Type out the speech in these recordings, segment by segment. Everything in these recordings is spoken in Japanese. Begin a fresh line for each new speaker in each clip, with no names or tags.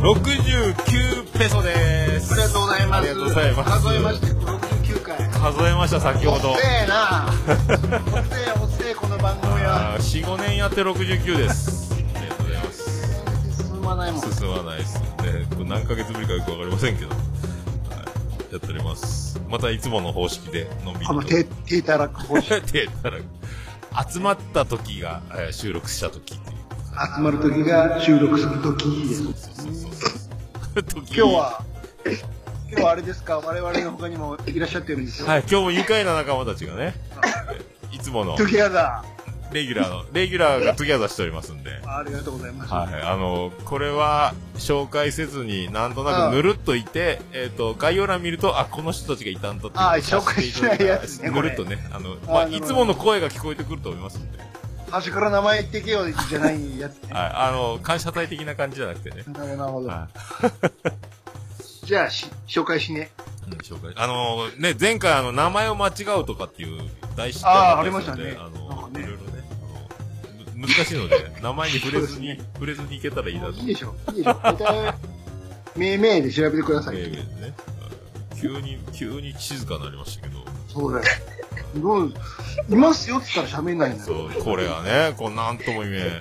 69ペソです。
ありがとうございます。
ありがとうございます。
数えました69回。
数えました先ほど。
遅えな。遅えこの番組は。
4、5年やって69です。ありがとうございます。
進まないもん。
進まないですね。これ何ヶ月ぶりかよくわかりませんけど、はい、やっております。またいつもの方式でのんびりと。
手たらく方式。
手たらく。集まった時が、収録した時っていう。
集まる時が収録する時です。今日はあれですか、我々の他にもいらっしゃってるんですよ。
はい、今日も愉快な仲間たちがね、いつもの
トゥギャザ
レギュラーがトゥギャザーしておりますんで。
ありがとうございます。
はい、これは紹介せずになんとなくぬるっといて、概要欄見ると、この人たちがいたんだっていうのを
紹介しないやつね。
ぬるっとね、いつもの声が聞こえてくると思いますんで。
端から名前言ってけよじゃないやつね。
はい、感謝祭的な感じじゃなくてね。
なるほど。じゃあ、紹介しね。
紹介。ね、前回名前を間違うとかっていう大失
態がありましたね。いろいろ
ね、難しいので、名前に触れずにいけたらいいなと。
いいでしょ。大体、命名で調べてください。
命名でね。急に静かになりましたけど。
そうだよ。いますよって言ったら喋んないんだよ。
そう、これはね、なんとも言え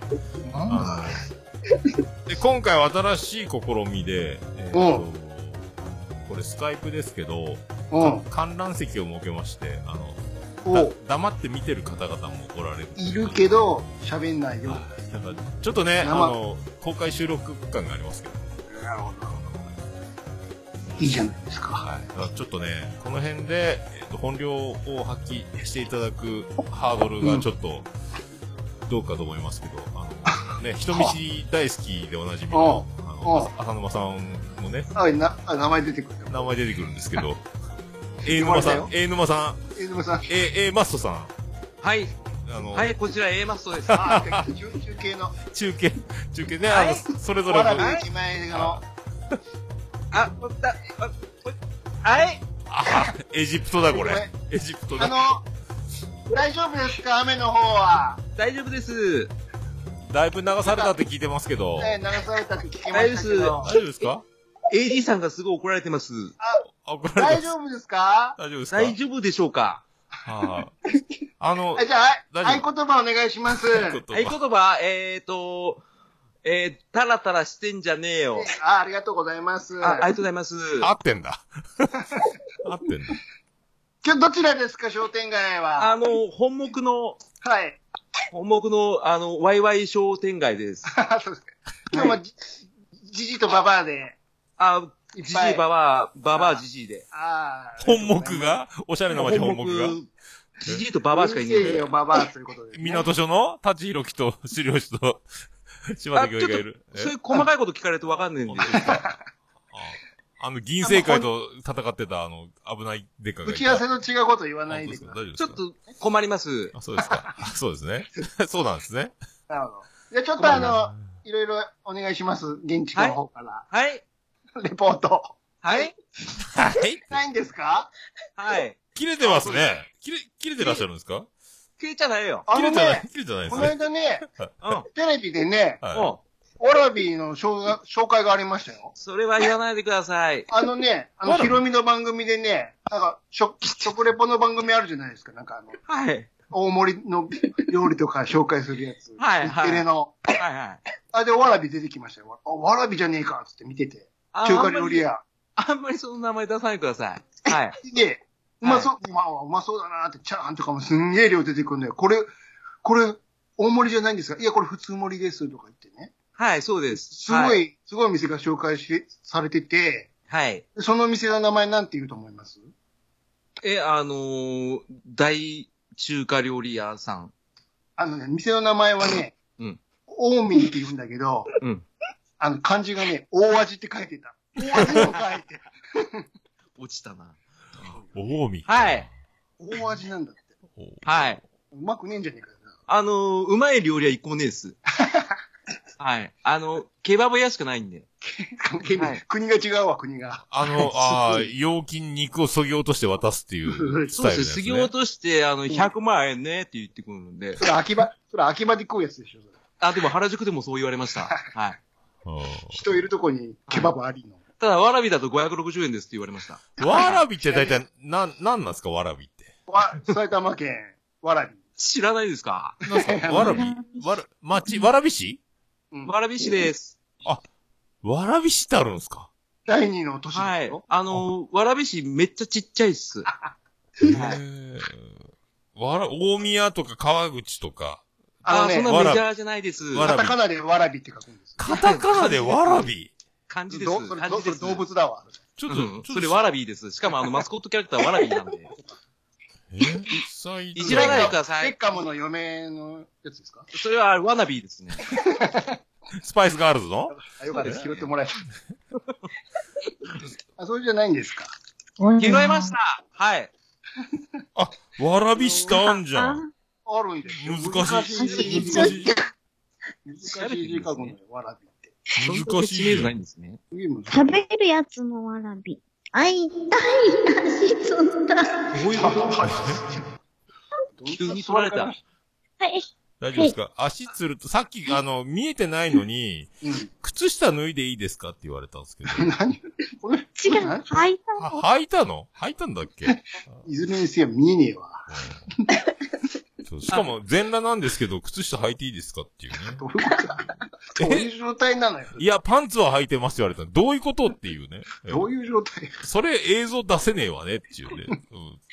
で、今回は新しい試みで、これスカイプですけど、観覧席を設けまして、黙って見てる方々もおられる。
いるけど、喋んないよ。
なんかちょっとね、公開収録感がありますけど。
なるほど。いいじゃないですか。
はい。ちょっとね、この辺で、本領を発揮していただくハードルがちょっと、どうかと思いますけど、ね、人見知り大好きでおなじみの、浅沼さんもね、
名前出てくる。
名前出てくるんですけど、A 沼さん、A マストさん。
はい。はい、こちら A マストです。
中継
ね、それぞれの。
はい。
エジプトだ、これ。エジプトだ。
大丈夫ですか、雨の方は。
大丈夫です。
だいぶ流されたって聞いてますけど。
流されたって聞きましたけど。
大丈夫ですか？
AD さんがすごい怒られてます。
大丈夫ですか？
大丈夫でしょうか？
じゃあ、合言葉お願いします。
合言葉、タラタラしてんじゃねえよ。
ありがとうございます。
ありがとうございます。
合ってんだ。
今日どちらですか、商店街は。
本木の、
はい。
ワイワイ商店街です。
そうですか。今日は、じじとばばあで。
じじばばあじじで。
本木がおしゃれな街本木が。
じじとばばあしかいない。
じじとばばあということで。
港署の立弘樹と資料室と島田教授がいる。
そういう細かいこと聞かれるとわかんないんで。
銀星会と戦ってた危ないデカが。
打ち合わせの違うこと言わないでください。
ちょっと困ります。
そうですか。そうですね。そうなんですね。
なるほど。じゃあちょっといろいろお願いします。現地の方から。
はい。
レポート。
はい。
ないんですか？
はい。
切れてますね。切れてらっしゃるんですか？
切れちゃないよ。
切れてないですね。
この間ね、テレビでね、ワラビーの紹介がありましたよ。
それは言わないでください。
ヒロミの番組でね、食レポの番組あるじゃないですか。
はい。
大盛りの料理とか紹介するやつ。
はい。
テレの。
はい。
で、ワラビ出てきましたよ。ワラビじゃねえかつって見てて。中華料理屋。
あんまりその名前出さないでください。はい。
で、うまそうだなーって、チャーハンとかもすんげえ量出てくるんだよ。これ、大盛りじゃないんですか？いや、これ普通盛りですとか言ってね。
はい、そうです。
すごい店が紹介されてて、
はい。
その店の名前なんて言うと思います？
大中華料理屋さん。
店の名前はね、大民って言うんだけど、漢字がね、大味って書いてた。大味も書いて。
落ちたな。
大味。
はい。
大味なんだって。
はい。
うまくねえんじゃねえかよ
な。うまい料理は一個もねえです。はい。ケバブ屋しかないんで。
国が違うわ、国が。
陽金肉を削ぎ落として渡すっていうスタイルですね。
そうです。削ぎ落として、100万円ねって言ってくるので。
それ秋葉で食うやつでしょ、それ。
でも原宿でもそう言われました。はい。
人いるとこにケバブありの。
ただ、わらびだと560円ですって言われました。
わらびって大体、なんなんですか、わらびって。
埼玉県、わらび。
知らないですか？
なんすかわらびわらび市？
わらび市です。
あ、わらび市ってあるんですか？
第2の都市
はい。
ですよ。
わらび市めっちゃちっちゃいっす。
大宮とか川口とか。
そんなメジャーじゃないです。
カタカナでわらびって書くんです。
カタカナでわらび
漢字です。
それ動物だわ。
ちょっと、
それわらびです。しかもマスコットキャラクターわらびなんで。いじらないでください。
ベッカムの嫁のやつですか？
それはワナビーですね。
スパイスガールズの？
よかった、拾ってもらえた。それじゃないんですか？
拾えました。はい。
あ、わらびしたんじゃん。
あるんですよ。
難しい字
書くのよ、わらびって。
難しい。
ないんですね。
食べるやつのわらび。あ、痛い足つんだ。
どういうこと急に取られた。
はい。
大丈夫ですか？足つると、さっき、見えてないのに、靴下脱いでいいですかって言われたんですけど。
何これ
違う、履いたの。
履いたの？履いたんだっけ？
いずれにせよ見えねえわ。
しかも、全裸なんですけど、靴下履いていいですかっていうね。
どういうことどういう状態なのよ。
いや、パンツは履いてますって言われたら、どういうことっていうね。
どういう状態
それ映像出せねえわねっていうね。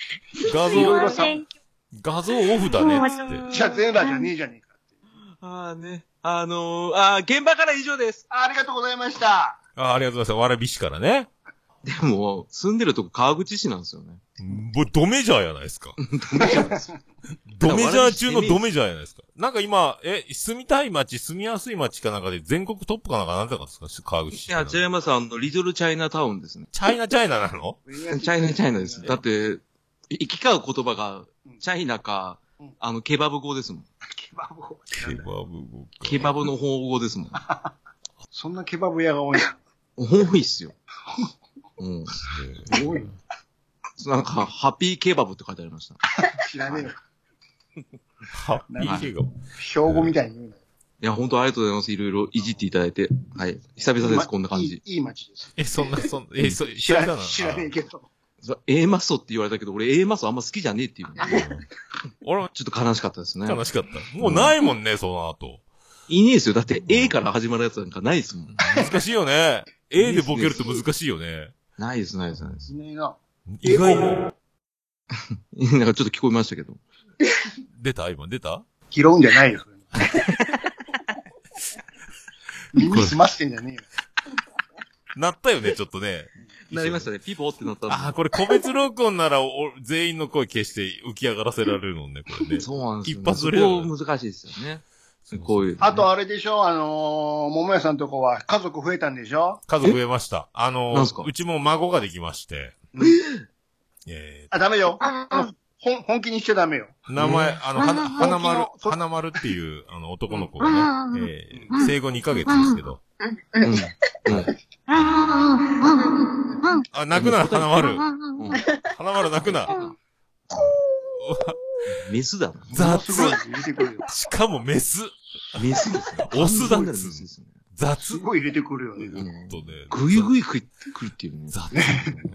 画像オフだねって。
じゃあ全裸じゃねえじゃねえかっていう。
現場から以上です。
ありがとうございました。
ありがとうございます。わらび市からね。
でも、住んでるとこ川口市なんですよね。
ドメジャーやないですか。ドメジャー中のドメジャーやないですか。なんか今、住みたい街、住みやすい街かなんかで全国トップかなんかなんてたかですか川口市。
いや、違います。リトルチャイナタウンですね。
チャイナなの？
チャイナです。だって、行き交う言葉が、チャイナか、ケバブ語ですもん。
ケバブ語。
ケバブの方語ですもん。
そんなケバブ屋が多い
の？多いっすよ。
多い。
なんか、ハッピーケバブって書いてありました。
知らねえよ。
ハッピーケバブ。
標語みたいに言うなよ。
いや、本当ありがとうございます。いろいろいじっていただいて。はい。久々です、こんな感じ。
いい街です。
そんな、
知らねえけど。
A マッソって言われたけど、俺 A マッソあんま好きじゃねえっていう。俺ちょっと悲しかったですね。
悲しかった。もうないもんね、その後。
いねえですよ。だって A から始まるやつなんかないですもん。
難しいよね。A でボケると難しいよね。
ないです。
いねえな。
意外に。
なんかちょっと聞こえましたけど。
今出た
拾うんじゃないよ。耳澄ましてんじゃねえよ。
なったよね、ちょっとね。
なりましたね。ピポーってなった。
これ個別録音なら全員の声消して浮き上がらせられるのね、これね。
そうなんですよ、
一発撮り。
そこ難しいですよね。こういう、ね。
あとあれでしょ桃屋さんとこは家族増えたんでしょ？
家族増えました。うちも孫ができまして。
ダメよ。本気にしちゃダメよ。
名前、花丸っていう、男の子がね、生後2ヶ月ですけど。泣くな、花丸。花丸泣くな。
メスだな。
雑。しかもメス。
メスですね。
オスだっつ。雑。
すごい入れてくるよね。
ぐいぐい来るっていうね。
雑。そう。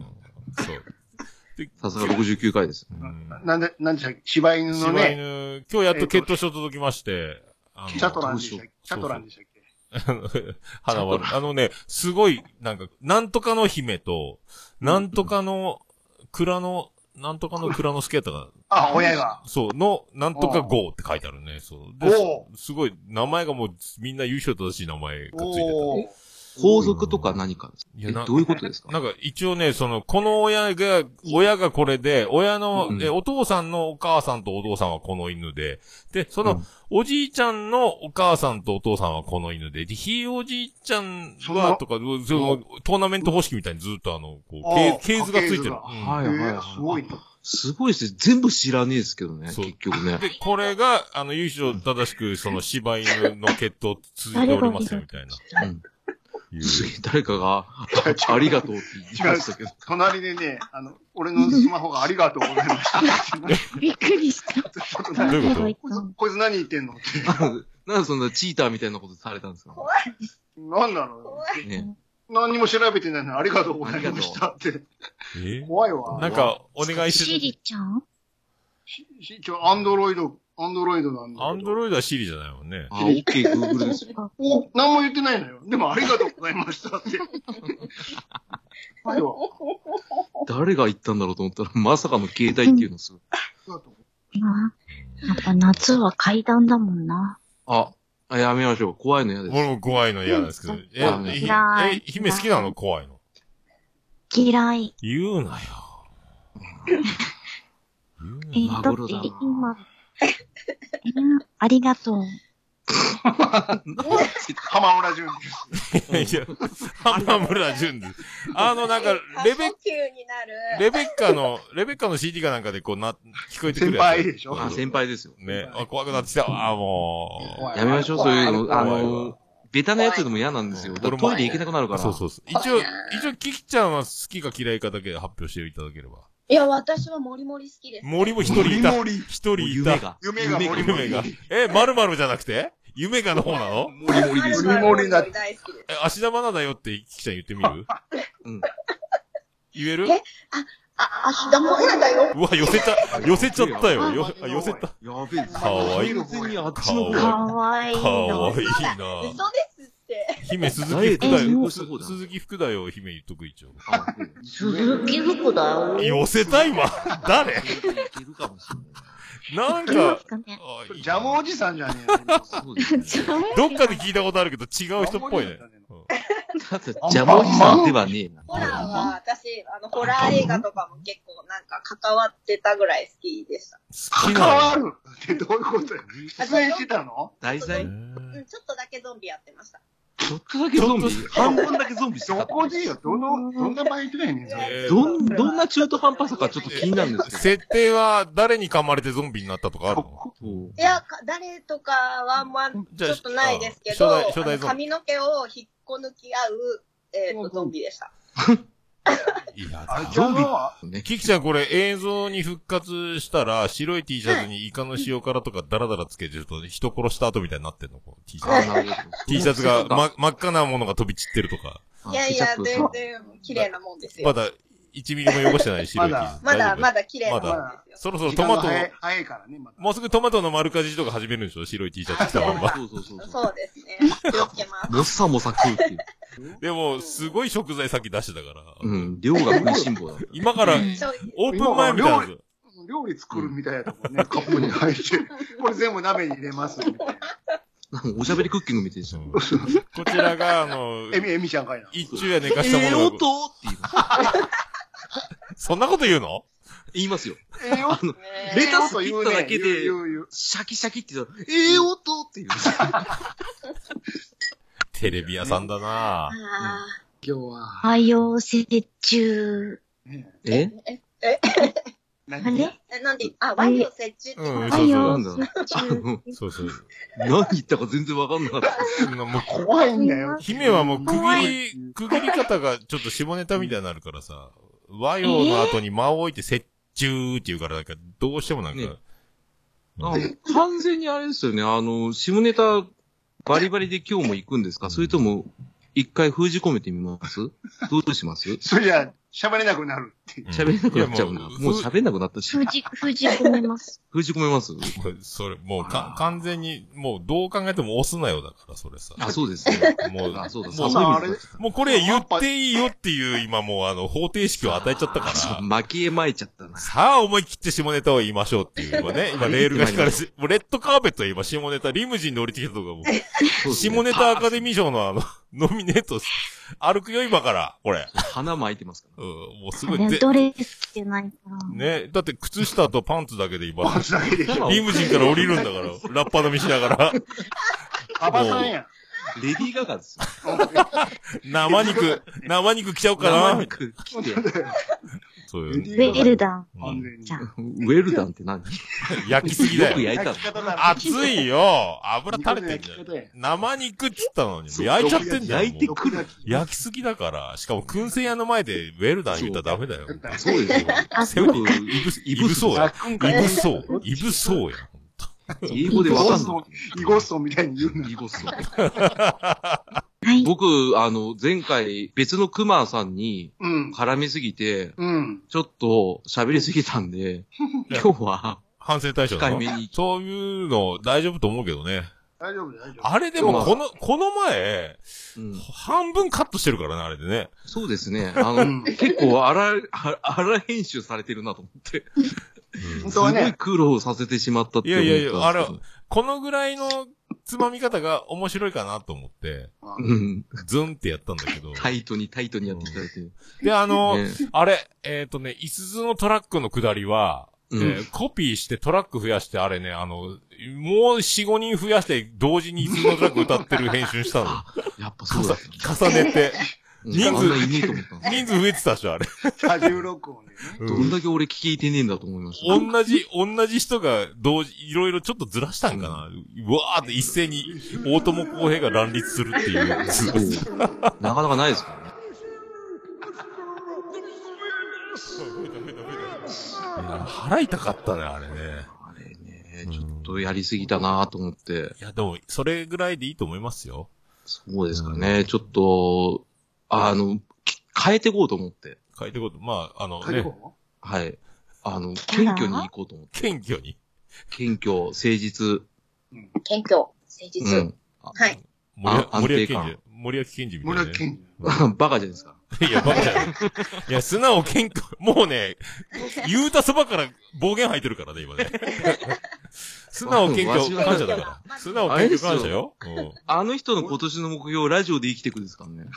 さすが69回です。
なんでしたっけ？柴犬のね。
柴犬、今日やっと血統書届きまして。
チャトランでしたっけ？
花丸。すごい、なんとかの姫と、なんとかの蔵の助やったか
な。親が。
そう、なんとかゴーって書いてあるね。そう。すごい、名前がもう、みんな優勝正しい名前がついてた。
皇族とか何かどういうことですか？
一応ね、この親がこれで、親の、お父さんのお母さんとお父さんはこの犬で、で、おじいちゃんのお母さんとお父さんはこの犬で、ひいおじいちゃんはとか、トーナメント方式みたいにずっと系図がついてる。
すごい。すごいですね。全部知らねえですけどね、結局ね。
で、これが、優勝正しく、柴犬の血統続いておりますよ、みたいな。
誰かが、ありがとうって言いましたけど。
隣でね、俺のスマホがありがとうございました。
びっくりした。
どういうこと？
こいつ何言ってんのって。
なんでそんなチーターみたいなことされたんですか？
なんなの
ね。
何にも調べてないのにありがとうございましたって。怖いわ。
なんか、お願いして
シリちゃん
アンドロイドなんだ。
アンドロイドはシリじゃないもんね。
あ、OK、Google ですよ。
何も言ってないのよ。でもありがとうございましたって。怖いわ。
誰が言ったんだろうと思ったら、まさかの携帯っていうのすごい。
やっぱ夏は階段だもんな。
やめましょう。怖いの嫌です。
俺も怖いの嫌なんですけど。姫好きなの怖いの。
嫌い。
言うなよ。
だって今、ありがとう。
浜村淳
です。いや、浜村淳です。なんか、レベッカの CD かなんかでこう聞こえてくるやつ。
先輩でしょ
先輩ですよ。
ね。怖くなってきた。も
う。やめましょう、そういうの。ベタなやつでも嫌なんですよ。トイレ行けなくなるから。
そう。一応、キキちゃんは好きか嫌いかだけ発表していただければ。
いや、私はモリモリ好きです。
モリも一人いた。夢が。〇〇じゃなくて夢がの方なの
モリモリです。モリモリだ。
芦田愛菜だよってキキちゃん言ってみる言える
芦田愛菜だよ。
うわ、寄せちゃったよ。寄せた。
やべえ。
かわいい。
かわいい。
かわいいな。
嘘ですって。
姫、鈴木福だよ。鈴木福だよ、姫言っとく一応。
鈴木福だよ。
寄せた今誰なんか、
ジャムおじさんじゃねえ
どっかで聞いたことあるけど違う人っぽいね。
ジャムおじさんではねえな。
ホラーは、私、ホラー映画とかも結構なんか関わってたぐらい好きでした。
関わるってどういうことよ。出演してたの
題材
ちょっとだけゾンビやってました。
ちょっとだけゾンビ半分だけゾンビしてた。
どこでよ、どんなバイトやねん、それ。
どんな中途半端さかちょっと気になるんですけど。
設定は誰に噛まれてゾンビになったとかあるの
いや、誰とかは、ちょっとないですけど、髪の毛を引っこ抜き合う、ゾンビでした。
いや、
ゾン
ビ。キキちゃんこれ映像に復活したら、白い T シャツにイカの塩辛とかダラダラつけてると、人殺した後みたいになってんの ?T シャツ。T シャツが、真っ赤なものが飛び散ってるとか。
いや、全然、綺麗なもんですよ。
まだ、1ミリも汚してない白い T シャツ。
まだ綺麗なもんですよ。
そろそろトマト、
早いからね、
もうすぐトマトの丸かじりとか始めるんでしょ白い T シャツ着たまんま。
そうですね。気をつけます。
もさもさ食うっていう。
でも、すごい食材さっき出してたから。
量が食いしん坊だ。
今から、オープン前みたいな。
料理作るみたいなとこね、カップに入って。これ全部鍋に入れますみたいな。
おしゃべりクッキングみたいでした。
こちらが、
エミちゃんかいな。
一昼夜寝かしたもの。
音っていう。
そんなこと言うの
言いますよ。レタス切っただけで、シャキシャキって言ったら、音って言うんですよ。
テレビ屋さんだな
今日は。
はようせ中。
なんで、和洋折衷って。
はよう
そうそう。
何言ったか全然わかんなかった。
もう怖いんだよ。
姫はもう区切り方がちょっと下ネタみたいになるからさ、和洋の後に間を置いて折衷って言うから、なんかどうしてもなんか。
完全にあれですよね、下ネタバリバリで今日も行くんですか？それとも、一回封じ込めてみます？どうします？
それじゃ喋れなくなるって。
喋れなくなっちゃうな。もう喋れなくなったし。
封じ込めます。
封じ込めます？
それ、もう完全に、もうどう考えても押すなよだから、それさ。
そうですね。
もう、
そうだ、
もうこれ言っていいよっていう今もう方程式を与えちゃったから。
巻き絵巻いちゃったな。
さあ思い切って下ネタを言いましょうっていう。今レールが引かれて、もうレッドカーペットは今下ネタ、リムジンで降りてきたとかもう、下ネタアカデミー賞のノミネート、歩くよ今から、これ。
花巻いてますから。
もうすごい。
ドレス着てないから。
ね、だって靴下とパンツだけで今、
パンツだけで
リムジンから降りるんだから、ラッパ飲みしながら。
パパさんやん。
レディーガガですよ。
生肉来ちゃおうかな。
生肉来て。
そういう。
ウェルダン。
ウェルダンって何？
焼きすぎだよ。
よく焼いたの。
熱いよ。油垂れてんじゃん。生肉っつったのに。焼いちゃってんじゃん。
焼いてくる。
焼きすぎだから。しかも燻製屋の前でウェルダン言ったらダメだよ。
そうですよ。
せめて、いぶそうや。いぶそうや。
英語でわかんない。
イゴッソみたいに言うな。
イゴッソ。
はい。
僕、前回別の熊さんに絡みすぎて、ちょっと喋りすぎたんで、今日は、
反省対象のそういうの大丈夫と思うけどね。
大丈夫、大丈夫。
あれでもこの前、半分カットしてるからね、あれでね。
そうですね。結構荒編集されてるなと思って。すごい苦労させてしまったって思ったんですけど。
いや、このぐらいのつまみ方が面白いかなと思って、ズンってやったんだけど。
タイトにやっていただいて。
で、あれ、イスズのトラックの下りは、コピーしてトラック増やして、あれね、もう4、5人増やして同時にイスズのトラック歌ってる編集したの。
やっぱそうだ。
重ねて。人数増えてたでしょ、あれ。
多重録音で
ね。どんだけ俺聞いてねえんだと思いました。
同じ人がいろいろちょっとずらしたんかな。わーって一斉に大友康平が乱立するっていう。
なかなかないですからね。
払いたかったね、あれね。
あれね、ちょっとやりすぎたなと思って。
いや、でも、それぐらいでいいと思いますよ。
そうですかね。ちょっと、変えていこうと思って。
変えていこうと。まあ、
ね。
はい。謙虚に行こうと思って。
謙虚に
謙虚、誠実。
謙虚、誠実。はい。
森脇健児みたいな、ね。森脇健
児。バカじゃないですか。
いや、バカじゃない。いや、素直謙虚。もうね、言うたそばから暴言吐いてるからね、今ね。素直謙虚感謝だから。素直謙虚感謝よ。
あの人の今年の目標、ラジオで生きていくですからね。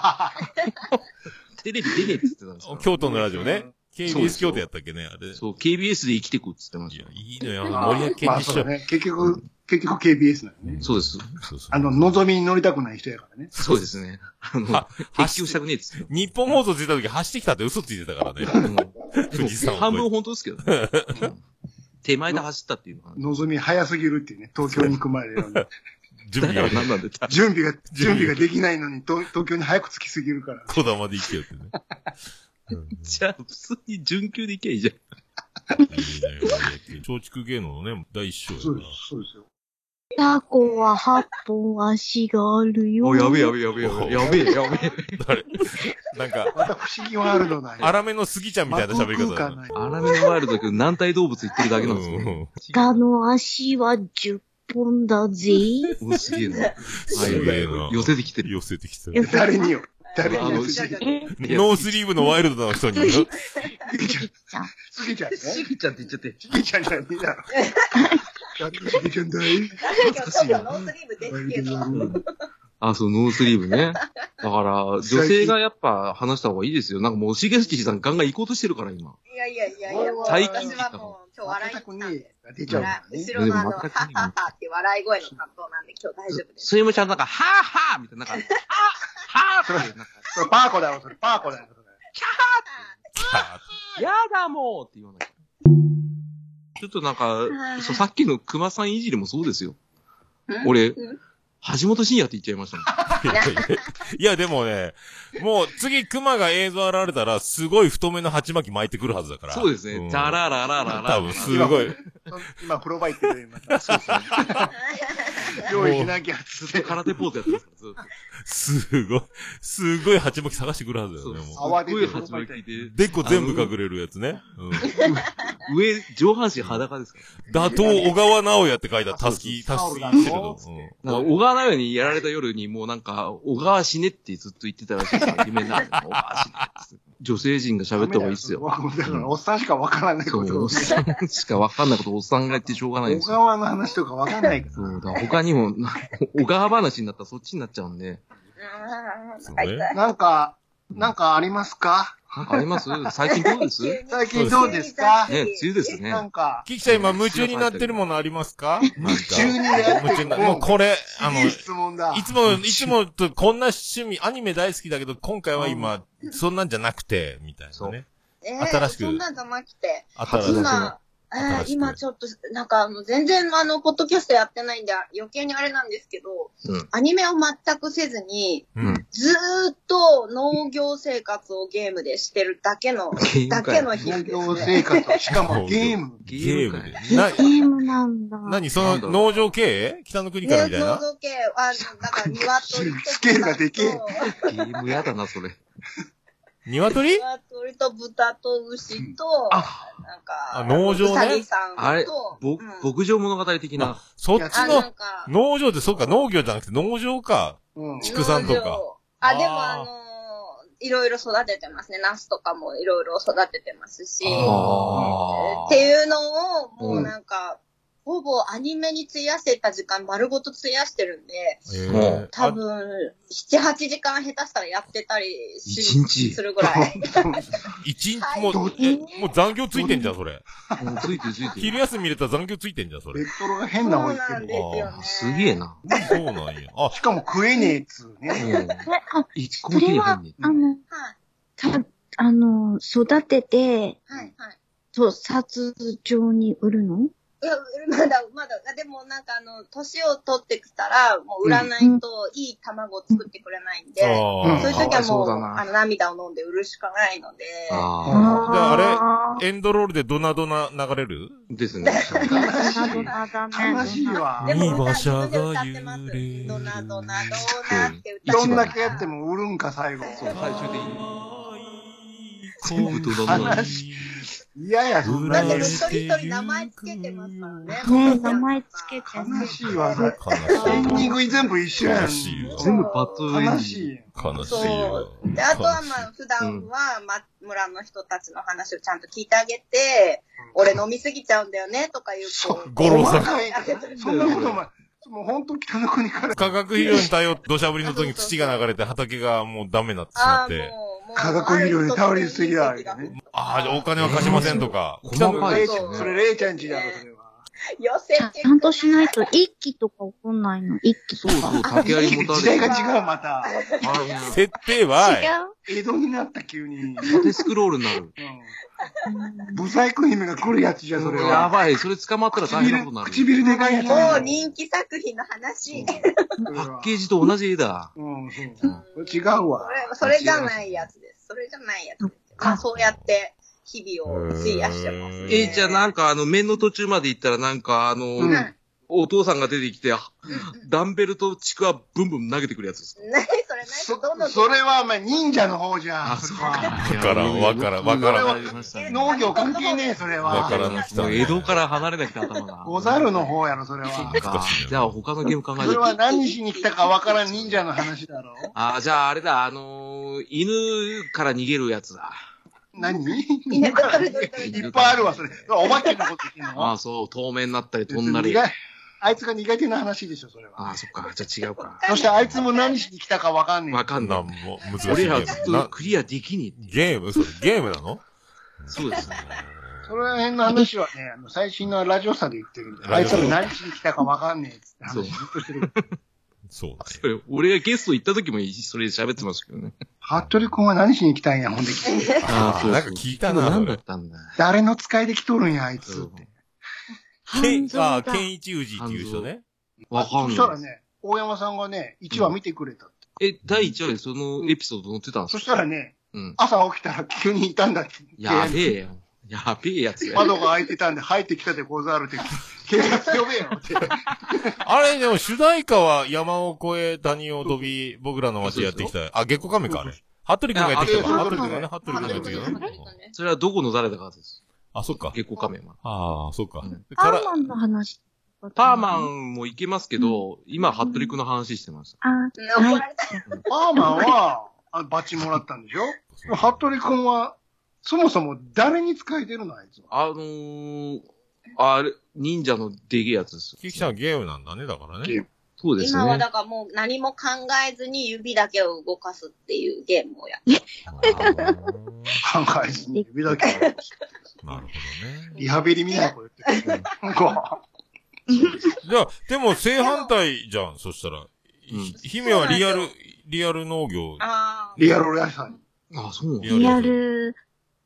テレビ出ねえって言ってたんですか
京都のラジオね。KBS 京都やったっけね、あれ。
そう、KBS で生きていくって言ってました。
いいのよ、森脇健児師匠。
結局 KBS なのね。
そうです。
のぞみに乗りたくない人やからね。
そうですね。発球したくねえっつって。
日本放送ついた時走ってきたって嘘ついてたからね。
富士山半分本当ですけどね。手前で走ったっていうの
のぞみ早すぎるっていうね、東京に行く前で。
準備が
何なんで
準備ができないのに東京に早く着きすぎるから。
小玉で行けよってね。
じゃあ、普通に準急で行けばいいじゃん。
いいね。松竹芸能のね、第一章やから。
そうですよ。
タコは8本足があるよ。
やべえ。
誰なんか、
また不思議ワールドない。
荒めのスギちゃんみたいな喋り方だな。
荒めのワールドだけど、軟体動物言ってるだけなんですよ。
鹿の足は10本だぜ。
すげえな。寄せてきてる。
誰によ。
ノースリーブのワイルドな人に。
スギちゃんね。
スギちゃんって言っちゃって。
スギちゃんじゃねえだろ。スギちゃんだい。
懐かしいな。ノースリーブですけど。
そう、ノースリーブね。だから、女性がやっぱ話した方がいいですよ。なんかもう、しげすきさんガンガン行こうとしてるから、今。
いや。
最近
私はもう、今日笑いに来たんで。
出ちゃうからね。
後ろのはははって笑い声の担当なんで今日大丈夫です。
それもちゃんとなんか、はぁはぁみたいな、なんか、はぁはぁって、
それパーコだよ、それ。パーコだよ、それ。
キャーって。やだもうって言わない。ちょっとなんか、さっきの熊さんいじりもそうですよ。俺、橋本真也って言っちゃいましたもん。
いや、でもね、もう次熊が映像現れたら、すごい太めの鉢巻き巻いてくるはずだから。
そうですね。ザラララララ。
多分、すごい。
今、風呂場行ってる今。そうですね。用意しなきゃ
ずっと空手ポーズやってますから、ずっと。
すごい鉢巻き探してくるはずだよね、もう。
すごい
鉢巻きで。
でこ全部隠れるやつね。
上、上半身裸ですから。
打倒小川直也って書いたたすきしてるの。
小川直也にやられた夜にもうなんか、小川死ねってずっと言ってたらしいから、夢になる。小川死ねって。女性陣が喋った方がいいっすよ。
だから、おっさんしかわからないこと
おっさんしかわかんないことおっさんが言ってしょうがないんですよ。
小川の話とかわかんないから。
そうだ、他にも、小川話になったらそっちになっちゃうんで。
なんかありますか？
なんかあります？最近どうです？
最近どうですか？
ね、梅雨ですね。
なんか。
キキちゃん今夢中になってるものありますか？
夢中になってる。
もうこれ、
いい質問だ。
いつもとこんな趣味、アニメ大好きだけど、今回は今、そんなんじゃなくて、みたいなね。
新しく。そんなんじゃなくて。今、 今ちょっと、なんか全然ポッドキャストやってないんで、余計にあれなんですけど、アニメを全くせずに、ずーっと農業生活をゲームでしてるだけの日々ですね。
農業生活、しかもゲームで。
ゲームなんだ。
何その農場経営北の国からみたいな
農場経営、なんか鶏と
スケールがでけえ。
ゲームやだな、それ。
鶏
と豚と牛と、なんか、
農場ね。
あれ、牧場物語的な。
そっちの、農場ってそうか、農業じゃなくて農場か。畜産とか。
でもいろいろ育ててますね。ナスとかもいろいろ育ててますし。っていうのを、もうなんか、ほぼアニメに費やせた時間丸ごと費やしてるんで、多分、7、8時間下手したらやってたりするぐらい。
一日もう残業ついてんじゃん、それ。
ついてる。
昼休み入れたら残業ついてんじゃん、それ。
ベクトルが変な方に行ってる。
すげえな。
そうなんや。
しかも食えねえっつうね。
一個も手に入んね
え。育てて、殺状に売るの？
いや、まだ、でもなんか年を取ってきたら、もう売らないといい卵を作ってくれないんで、そういう時はもう、涙を飲んで売るしかないので。
じゃああれ、エンドロールでドナドナ流れる
ですね。
悲しいわ。
でも、馬車が揺れる。
ドナドナドナって歌
どんだけやっても売るんか、最後。
そう、最終的に。全部ドナドナ。
いやいや、そんな
だって一人一人名前つけてますからね。
名前つけて。
悲しいわ、エンディングに全部一緒やん。
全部バッドエンディング。
悲しい。
悲しいわ。
で、あとは普段は、村の人たちの話をちゃんと聞いてあげて、俺飲みすぎちゃうんだよね、とか言うと。
五郎さん。
そんなこともう本当北の国から。
化学肥料に頼って土砂降りの時に土が流れて畑がもうダメになってしまって。
化学肥料に頼りすぎだ。
じゃあお金は貸しませんとか。
細かい。
それ、レイちゃんちだろ、それは。
ちゃんとしないと一気とか起こんないの。一気とか。
そう、竹槍もたれ
時代が違う、また。
設定は、
江戸になった急に。
縦スクロールになる。
ブサイク姫が来るやつじゃ、それは。
やばい、それ捕まったら大変なことになる。
唇でかいやつ。
もう人気作品の話。
パッケージと同じ絵だ。
そう。違うわ。
それじゃないやつです。それじゃないやつです。そうやって日々を費やしてます。
じゃあなんか面の途中まで行ったらなんかお父さんが出てきて、ダンベルとちくわブンブン投げてくるやつですか？
それはお前忍者の方じゃん。
あ、そうか。
わからん。
農業関係ねえ、それは。
わからん。
江戸から離れなくて頭が。
ござるの方やろ、それは。
じゃあ他のゲーム考えて。
それは何しに来たかわからん忍者の話だろ。
じゃああれだ、犬から逃げるやつだ。
何犬から逃げる。いっぱいあるわ、それ。お化けのこと言ってんの？
そう、透明になったり飛んだり。
あいつが苦手な話でしょ、それは。
そっか。じゃあ違うか。
そしてあいつも何しに来たかわかんねえ。
わかんない。
もう難しい。
俺らはずっとクリアできねえ。
ゲームなの？
そうですね。
その辺の話はね、最新のラジオさで言ってるんで、あいつら何しに来たかわかんねえっつって話ずっとしてる。
そう
ね。俺がゲスト行った時もそれで喋ってましたけどね。
服部君は何しに来たんや、ほんで来て。
なんか聞いたな。
何だったんだ。
誰の使いで来とるんや、あいつって。
健一宇治っていう人ね。
わかんない。
そしたらね、大山さんがね、1話見てくれたって。
第1話でそのエピソード載ってたんですか？
そしたらね、朝起きたら急にいたんだって。
やべえよ。やべえやつや。
窓が開いてたんで入ってきたでござるって、警察呼べよって。
あれでも主題歌は山を越え谷を飛び、僕らの街やってきた。月光仮面かあれ。服部君がやってきたか。服部君がやってきたね。
それはどこの誰だかです。
そっか。
月光仮面は。
そっか。
パーマンの話。
パーマンもいけますけど、今、服部君の話してました。
はい。
パーマンは、バチもらったんでしょ？服部君は、そもそも誰に使えてるのあいつは。
あれ、忍者のでげえやつですよ。
キキちゃんはゲームなんだね、だからね。
そうですね。
今はだからもう何も考えずに指だけを動かすっていうゲームをやってる。
考えずに指だけを。
なるほどね。
リハビリみたいなこと言ってる。
じゃあ、でも正反対じゃん、そしたら。姫はリアル農業。
リアル野菜。
そう
リアル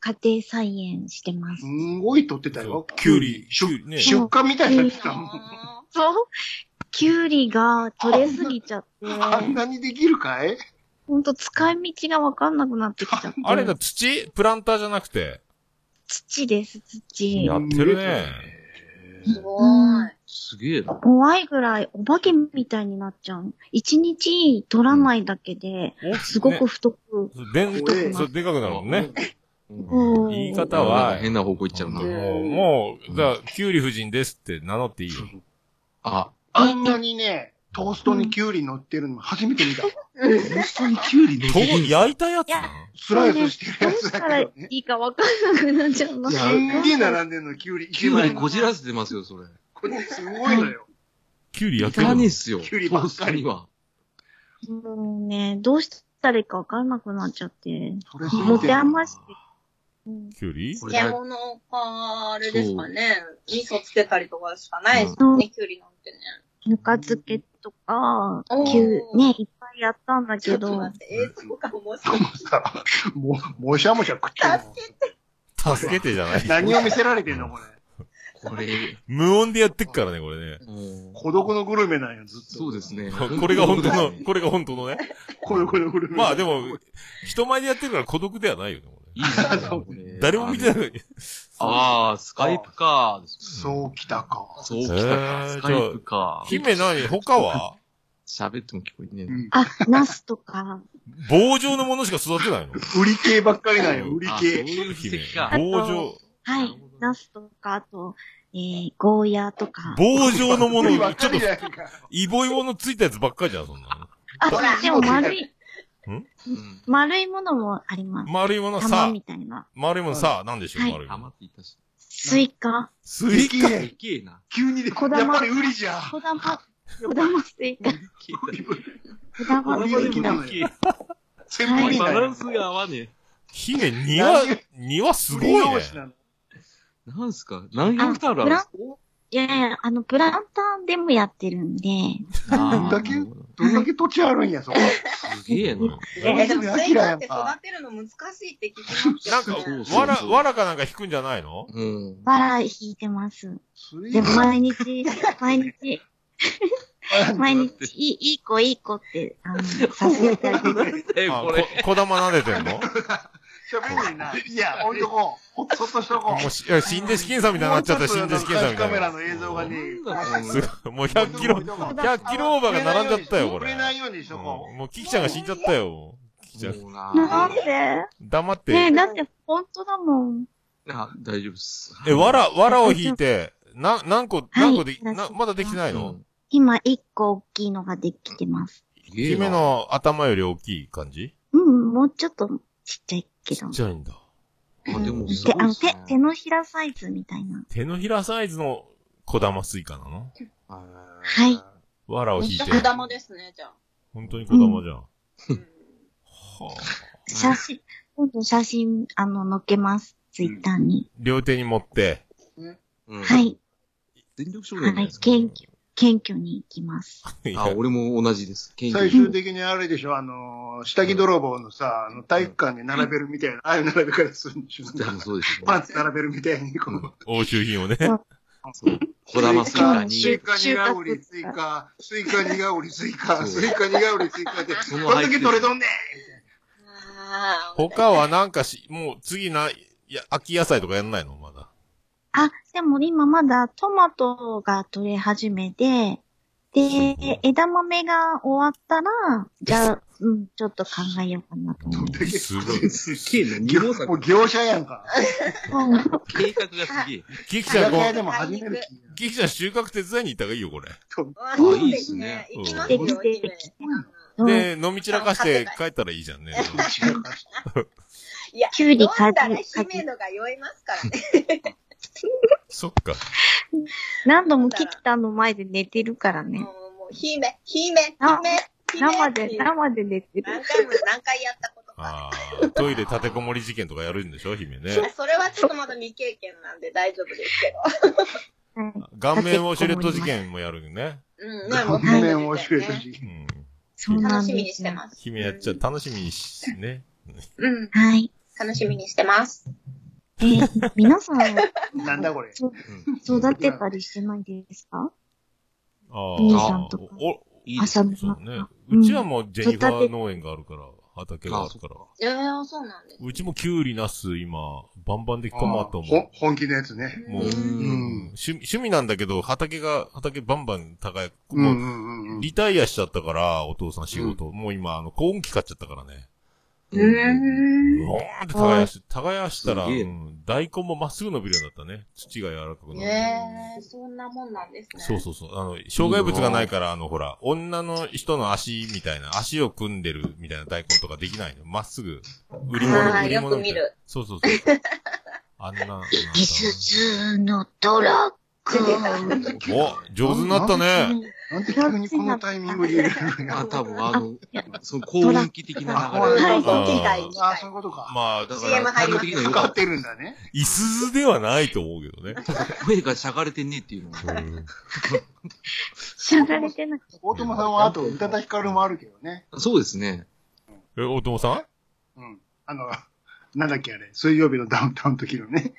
家庭菜園してます。
すんごい取ってたよ。
キュウリ、ね。
出荷みたいになってたもん。
そう。キュウリが取れすぎちゃって。
あんなにできるかい？
ほんと使い道がわかんなくなってきちゃって。
あれだ、土プランターじゃなくて。
土です、土。
やってるね。
すごい。
すげえな。
怖いぐらいお化けみたいになっちゃう。一日取らないだけで、すごく太く。
でかくなるもんね。言い方
は
は、
変な方向行っちゃうな。
もう、だから、キュウリ夫人ですって名乗っていいよ。
あ
んなにね、トーストにキュウリ乗ってるの初めて見た。
トーストにキュウリ乗ってる。
焼いたやつなの？
スライスしてるやつ
どうしたらい
だけどね。
いかわかんなくなっちゃうの。
すんげえ並んでんの、キュウリ。
キュウリこじらせてますよ、それ。
これすごいのよ。
キュウリ焼けるの？
何っすよ。
キュウリばっかり
は。
もうね、どうしたらいいかわかんなくなっちゃって。
それ
持て余して。
キュウリ？
漬物か、あれですかね。味噌つけたりとかしかないですよね、キュウリなんてね。
ぬか漬けとか、ね、いっぱいやったんだけど。
映像が面
白い。もしゃもしゃ食ってる
の。助けてじゃない。
何を見せられてんのこれ。
これ。
無音でやってっからね、これね。
孤独のグルメなんよ、ずっと。
そうですね。
これが本当の、これが本当のね。
孤独のグルメ。
まあでも、人前でやってるから孤独ではないよね、
いいね。
誰も見てない。
ああ、スカイプか。
そうきたか。
そうきたか。スカイプか。
姫何？他は？
喋っても聞こえねえ。
あ、ナスとか。
棒状のものしか育てないの？
売り系ばっかりなんよ、売り系。
そういう姫。棒状。
はい。ナスとか、あと、ゴーヤーとか。
棒状のもの、ちょっと、イボイボのついたやつばっかりじゃん、そんなの。
あ、でも丸いものもあります。
丸いものさ、
丸
いものさ、なんでしょう、丸いもの。
スイカ。
スイカ
急にで、やっぱりウリじゃん。
小玉スイカ。小玉スイカ。
バランスが合わねえ。
姫、庭すごいね。
なんすか？何ヘクタールあるんですか？
いやいや、プランターでもやってるんで。
どんだけ土地あるんや、そこ。
すげえな。
でもスイカって育てるの難しいって聞きます
なんか、わらかなんか引くんじゃないの？
わら引いてます。で、毎日、いい子って、させてあげて。
小玉撫でてんの？
喋んねんな。いや、置いとこう。そっとしとこう。
もう、新弟子検査みたいになっちゃった、新弟子検査みたいな。
カメラの映像がね、
もう100キロオーバーが並んじゃったよ、これ。もう、キキちゃんが死んじゃったよ。キキちゃん。
なんで？
黙って。
ねえ、だって本当だもん。
あ、大丈夫です。
わらを引いて、何個で、まだできてないの？
今、1個大きいのができてます。
姫の頭より大きい感じ？
もうちょっとちっちゃいけど。
ちっちゃいんだ。
あ、でもすごいですね。
手のひらサイズみたいな。
手のひらサイズの小玉スイカなの？
はい。
わらを引いて。
小玉ですね、じゃあ。
本当に小玉じゃん。
今度写真、載っけます。ツイッターに。
両手に持って。
はい。
全力少年
はい、謙虚に行きます。
あ、俺も同じです。
最終的にあれでしょ、下着泥棒のさ、体育館で並べるみたいな、ああいう並べ方するんでしょ。
そうですね。
パンツ並べるみたいに、この。
欧州品をね。
小玉スイカに。
スイカ苦売りスイカ、スイカ苦売りスイカ、スイカ苦売りスイカって、こんだけ取れとんねん
他はなんかもう次秋野菜とかやんないのまだ。
あ、でも今まだトマトが取れ始めて、で、枝豆が終わったら、じゃあ、ちょっと考えようかなと思う。
すごい。
すげえな、
もう業者やんか。
計画がすげえ。
キキちゃん、
キ
キちゃん収穫手伝いに行った方がいいよ、これ。
あ、いいですね。
行きますよ、
で、飲み散らかして帰ったらいいじゃんね。
いや、
キュウリ
買ったら姫野が酔いますからね。
そっか。
何度もキキタの前で寝てるからね。
もう、姫。
生で寝てる。
何回やったことか。
トイレ立てこもり事件とかやるんでしょ、姫ね。
それはちょっとまだ未経験なんで大丈夫ですけど。
顔面ウォシュレット事件もやるよね。
顔面ウォシュレット事件。
楽しみにしてます。
姫やっちゃ楽しみにしね。
はい。
楽しみにしてます。
皆さん、
なんだこれ。
育てたりしてないですか？
あ
兄さんとか。朝の
そうね。うちはもうジェニファー農園があるから、畑があるから。
そうなんです。
うちもキュウリ、ナス、今、バンバンでトマトも。
本気のやつね。
もう、趣味なんだけど、畑バンバン高い。もう、リタイアしちゃったから、お父さん仕事。もう今、高温機買っちゃったからね。ボーンって耕したら、大根もまっすぐ伸びるようになったね。土が柔らかくなる。
そんなもんなんですね。
そう。障害物がないから、ほら、女の人の足みたいな、足を組んでるみたいな大根とかできないの。まっすぐ、売り物
よく見る。
そう。あんな。
いすずのトラック。
お、上手になったね。
なんで急にこのタイミングで入れるんや。
多分その高音機的な流れ。
そういうことか。
まあ、だ
から、
タイム的には
よかってるんだね。
いすずではないと思うけどね。
声がしゃがれてねえっていうのも。
しゃがれてなくて。
大友さんはあと、宇多田ヒカルもあるけどね。
そうですね。
大友さ
ん？なんだっけあれ、水曜日のダウンタウンの時のね。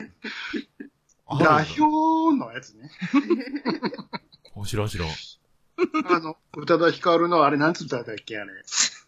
ダヒョーのやつね。
知らん。
宇多田ヒカルのあれ、なんつったんだっけあれ。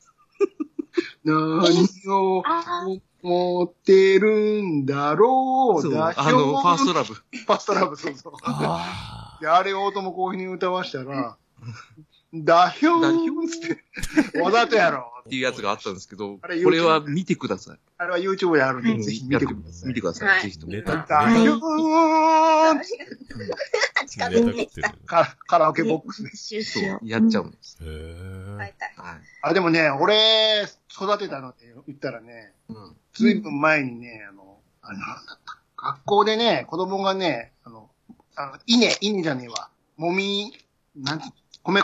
何を持ってるんだろう。
ダヒョー。ファーストラブ。
ファーストラブ、そう。で、あれ大友こういう風に歌わしたら、ダヒョーつって、わざとやろ
っていうやつがあったんですけど、これは見てください。
あれは YouTube であるんで、ぜひ見てください。
見てください。ぜひとも。
ダヒョー
近づいて
カラオケボックスで。
そう、やっちゃうんです。
でもね、俺、育てたのって言ったらね、ずいぶん前にね、学校でね、子供がね、稲じゃねえわ。米。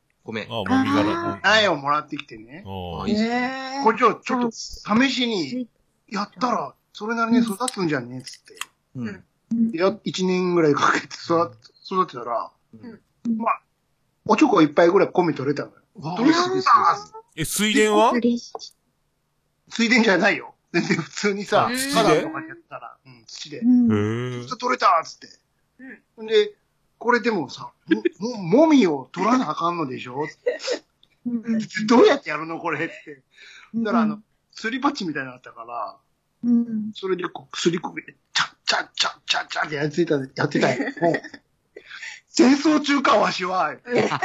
苗をもらってきてね。これちょっと試しにやったら、それなりに育つんじゃねえっつって。1年ぐらいかけて育てたら、まあ、おちょこ一杯ぐらい米取れたのよ。取れたんだ。
水田は？
水田じゃないよ。全然普通にさ、花壇とかでやったら、土で。取れたっつって。で、これでもさ、もみを取らなあかんのでしょどうやってやるのこれって。だからすり鉢みたいなのあったから、それですりこげて、チャッってやってたよ。戦争中か、わしは。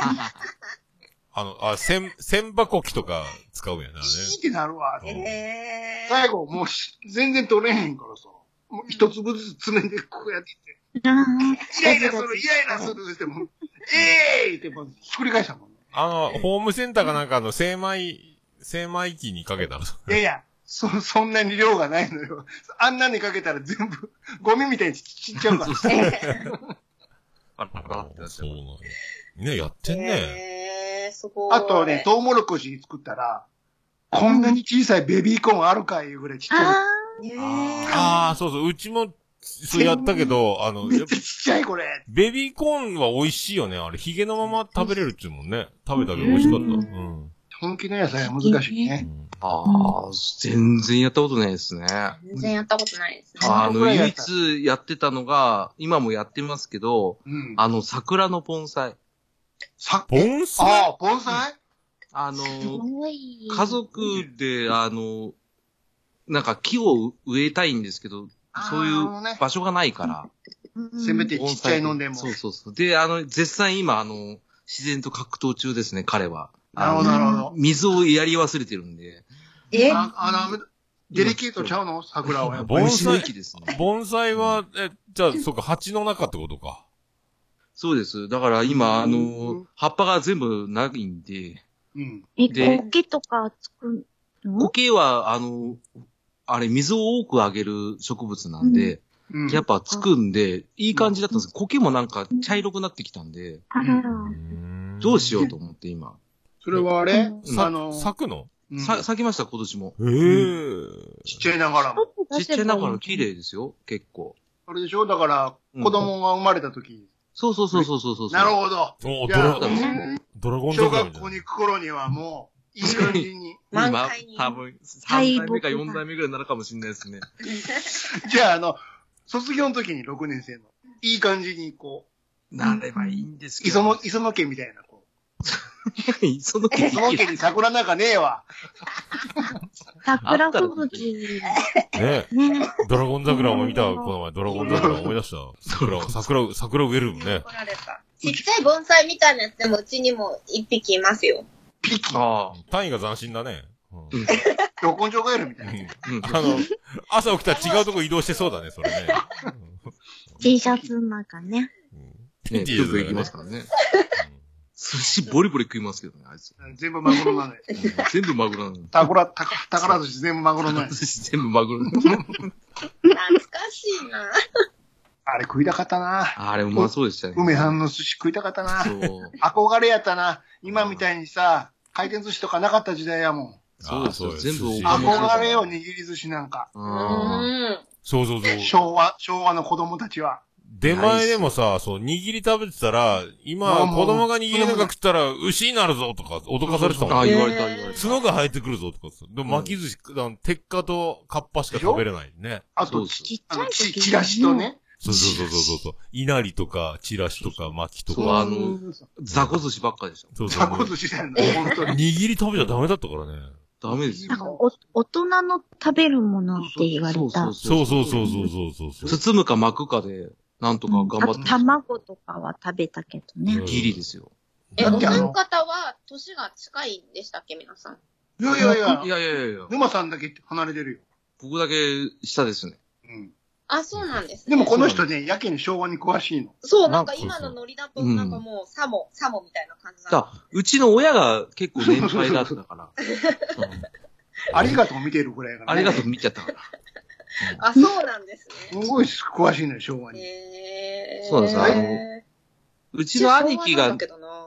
千箱機とか使うんやな、ね。
いいってなるわ。最後、もう全然取れへんからさ、もう一粒ずつ爪でこうやってて。イライラするっても、ってもうひっくり返したもんね。
ホームセンターかなんか精米機にかけたら。
いや、そんなに量がないのよ。あんなにかけたら全部、ゴミみたいに散っちゃうから。そう
なんや。ね、やってんね。
すごい。
あとね、トウモロコシ作ったら、こんなに小さいベビーコーンあるかいうぐらいちっちゃい。
そう。うちも、そうやったけど、
めっちゃちっちゃいこれ。
ベビーコーンは美味しいよね。あれ、ヒゲのまま食べれるっちゅうもんね。食べたけど美味しかった。
本気の野菜は難しいね。
全然やったことないですね。
全然やったことないですね。
唯一やってたのが、今もやってますけど、桜の盆栽。
盆栽？
盆栽？
家族で、なんか木を植えたいんですけど、そういう場所がないから。
せめてちっちゃいのでも。
そう。で、絶賛今、自然と格闘中ですね、彼は。
なるほど。
水をやり忘れてるんで。
デリケートちゃうの桜は。
盆栽期ですね。
盆栽は、じゃあ、そうか、鉢の中ってことか。
そうです。だから今、葉っぱが全部ないんで。
苔とか作るの？
苔は、あれ、水を多くあげる植物なんで、やっぱつくんで、いい感じだったんですけど、苔もなんか茶色くなってきたんで、どうしようと思って今。
それはあれ
咲くの？
咲きました、今年も。
ちっちゃいながらも。
ちっちゃいながら綺麗ですよ、結構。
あれでしょだから、子供が生まれた時。
そう。な
るほど。
ドラゴン
小学校に行く頃にはもう、 いい感じに。
今、多分、3代目か4代目ぐらいになるかもしれないですね。
じゃあ、卒業の時に6年生の、いい感じにこ
う、なればいいんですけど。
磯野家みたいな、こ
う。磯野家
に桜なんかねえわ。
桜吹雪。
ねドラゴン桜も見た、この前、ドラゴン桜思い出した。桜植えるもんね。
ちっちゃい盆栽みたいなやつでもうちにも1匹いますよ。
ピキ。
単位が斬新だね。
ど根性ガエルみたいな。
朝起きたら違うとこ移動してそうだね、それね。
T シャツの中ね。
T シャツ行きますからね。寿司ボリボリ食いますけどね、あいつ。
全部マグロなのよ。
全部マグロなのよ。
宝寿司全部マグロなのよ。
寿司全部マグロなのよ。
懐かしいな。
あれ食いたかったな。
あれうまそうでしたね。
梅さんの寿司食いたかったな。憧れやったな。今みたいにさ、回転寿司とかなかった時代やもん。
そうですよ。全部
憧れよ、握り寿司なんか。
そう。
昭和の子供たちは。
出前でもさ、握り食べてたら、今、子供が握りなんか食ったら、牛になるぞとか、脅かされてたもん。
あ、言われた。
角が生えてくるぞとかさ。でも巻き寿司、鉄火とカッパしか食べれないね。
あと、ちっちゃいチラシとね。
そう。稲荷とか、チラシとか、巻きとか。
雑魚寿司ばっかでした。
雑魚寿司だよね、本当に。
握り食べちゃダメだったからね。
ダメですよ。
なんか大人の食べるものって言われた。
そう。
包むか巻くかで、なんとか頑張って。
卵とかは食べたけどね。
ギリですよ。
お三方は、年が近いんでしたっけ、皆さん。
いや。沼さんだけ離れてるよ。
僕だけ下ですね。
あ、そうなんです
ね。でもこの人ね、やけに昭和に詳しいの。
そう、なんか今のノリだと、なんかもう、サモみたいな感じだ。
うちの親が結構年配だったから。
ありがとう見てるぐらいから。
ありがとう見ちゃったから。
あ、そうなんですね。
すごい詳しいのよ、昭和に。
そうなんですよ。うちの兄貴が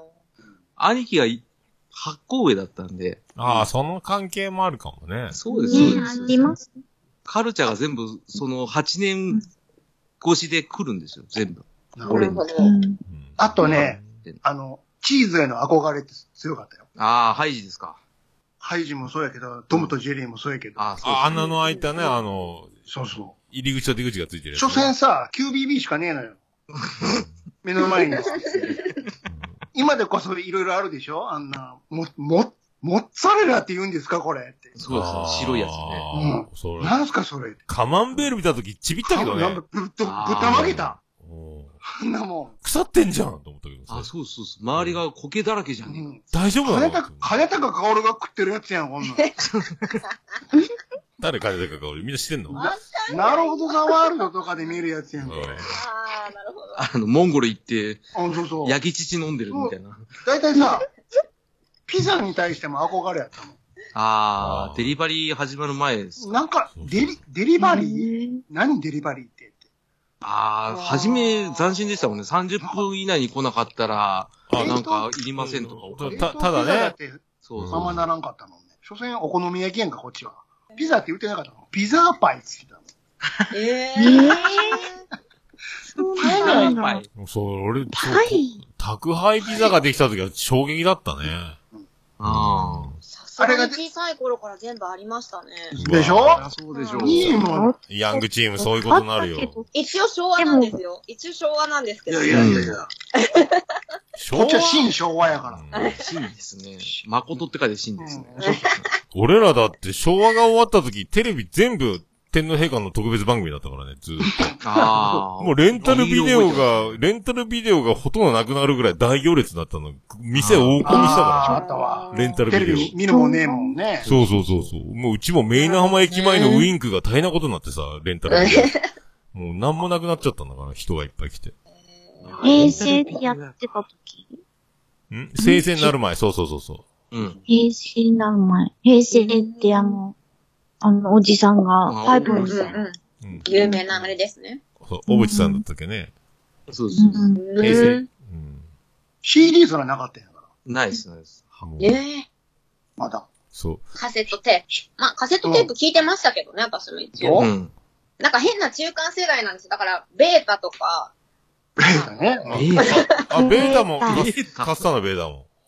8個上だったんで。
ああ、その関係もあるかもね。
そうです。
あります。
カルチャーが全部、その8年越しで来るんですよ、全部。
なるほど。
あとね、チーズへの憧れって強かったよ。
ああ、ハイジですか。
ハイジもそうやけど、トムとジェリーもそうやけど。
穴の開いたね、
そう。
入り口と出口がついてるやつ。
所詮さ、QBB しかねえのよ。目の前に。今でこそいろいろあるでしょあんな、モッツァレラって言うんですかこれって。
そうですね。白いやつね。
なんすかそれ。
カマンベール見たときちびったけどね。
豚曲げた。あんなもん。
腐ってんじゃんと思ったけど
さ。そう。周りが苔だらけじゃねえ。
大丈夫なの
金高薫が食ってるやつやん、こんなん。
誰金高薫みんな知ってんの
なるほどザワールドとかで見るやつやん、これ。
なるほど。
モンゴル行って、
そう。
焼き乳飲んでるみたいな。
だいたいさ、ピザに対しても憧れやったもん。
デリバリー始まる前です。
なんか、デリバリー何デリバリーって。
初め斬新でしたもんね。30分以内に来なかったら、なんかいりませんとか。
ただね。
ままならんかったもんね。所詮お好み焼きやんか、こっちは。ピザって言ってなかったの。ピザーパイって言ってた
の。そう、俺、宅配ピザができた時は衝撃だったね。
さすがに小さい頃から全部ありましたね。
でしょ
そうでしょう。
いいもん。
ヤングチームそういうことになるよ。
一応昭和なんですよ。一応昭和なんですけど。
いや。こっちは新昭和やから。
新ですね。誠って書いて新ですね。
俺らだって昭和が終わった時、テレビ全部天皇陛下の特別番組だったからね、ずーっと。もうレンタルビデオがほとんどなくなるぐらい大行列だったの。店大混みしたから。レンタルビデオ。
テレビ見るもねえもんね。
そう。もううちもメイナ浜駅前のウインクが大変なことになってさ、レンタルビデオ。もうなんもなくなっちゃったんだから、人がいっぱい来て。
平成でやってた時
平成になる前、そう。
平成になる前。平成っておじさんが、ファイブンさん。
有名なあれですね。
そう、小渕さんだったっけね。
そう。
平成。
CD すらなかったんやから。
ないです。
まだ。
そう。
カセットテープ。まあ、カセットテープ聞いてましたけどね、私も一応。なんか変な中間世代なんですよ。だから、ベータとか。
ベータね。
ベータも、カスタのベータも。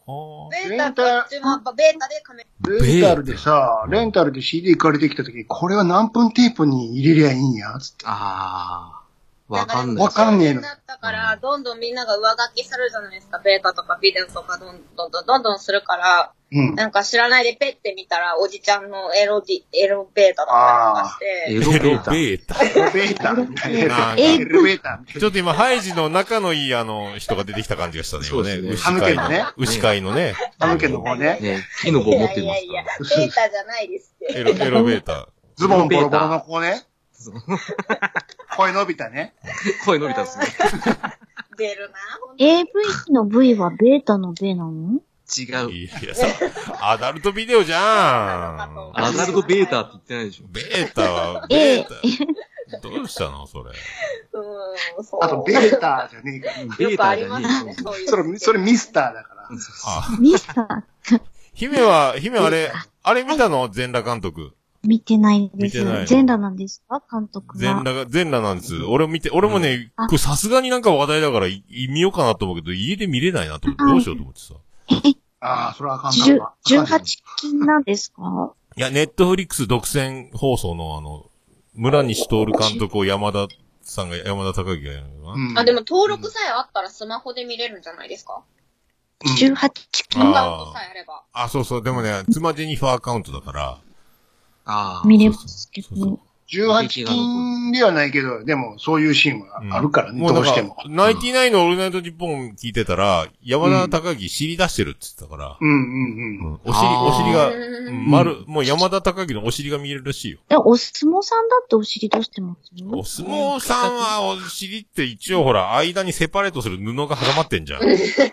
ベータどっちもやっぱベータでカメラ。
レンタルでさ、レンタルで CD 借りてきたとき、これは何分テープに入れりゃいいんや、つって。
わかんない。
わかんねえの。
だったから、どんどんみんなが上書きするじゃないですか。ベータとかビデオとかどんどんするから、なんか知らないでペッて見たら、おじちゃんのエロベータとかして。
エロベータ。
エロベータ。エロベータ。
ちょっと今、ハイジの仲のいい人が出てきた感じがしたね。
そうですね。
ハム家のね。
牛飼いのね。
ハム家の方ね。
木の棒持ってますから。
いやいや、ベータじゃないですって。
エロベータ。
ズボンボロボロの子ね。声伸びたね。
声伸びたっすね。
出るな。
AV の V はベータのベなの？
違う。
いやさ、アダルトビデオじゃん。
アダルトベータって言ってないでしょ。
ベータは、ベータ。どうしたのそれ。
そう。
あと、ベータじゃねえか。
ベータじゃね
え。それミスターだから。
ミスター。
姫あれ見たの全裸監督。
見てないです。全裸なんですか監督は。
全裸なんです。俺もね、これさすがになんか話題だから見ようかなと思うけど、家で見れないなと思って、どうしようと思ってさ。
それはあかんかわ。
18禁なんですか？
いや、ネットフリックス独占放送の村西徹監督を山田孝之がやるのかな。
でも登録さえあったらスマホで見れるんじゃないですか
？18禁
アカウントさえあれば。
そうそう。でもね、妻ジェニファーアカウントだから。
見れますけど。
18禁ではないけど、でもそういうシーンはあるからね、どうしても。
ナインティナインのオールナイトニッポン聞いてたら、山田孝之尻出してるって言ってたから。お尻が、もう山田孝之のお尻が見えるらしいよ。
お相撲さんだってお尻出してますよ。
お相撲さんはお尻って一応ほら、間にセパレートする布が挟まってんじゃん。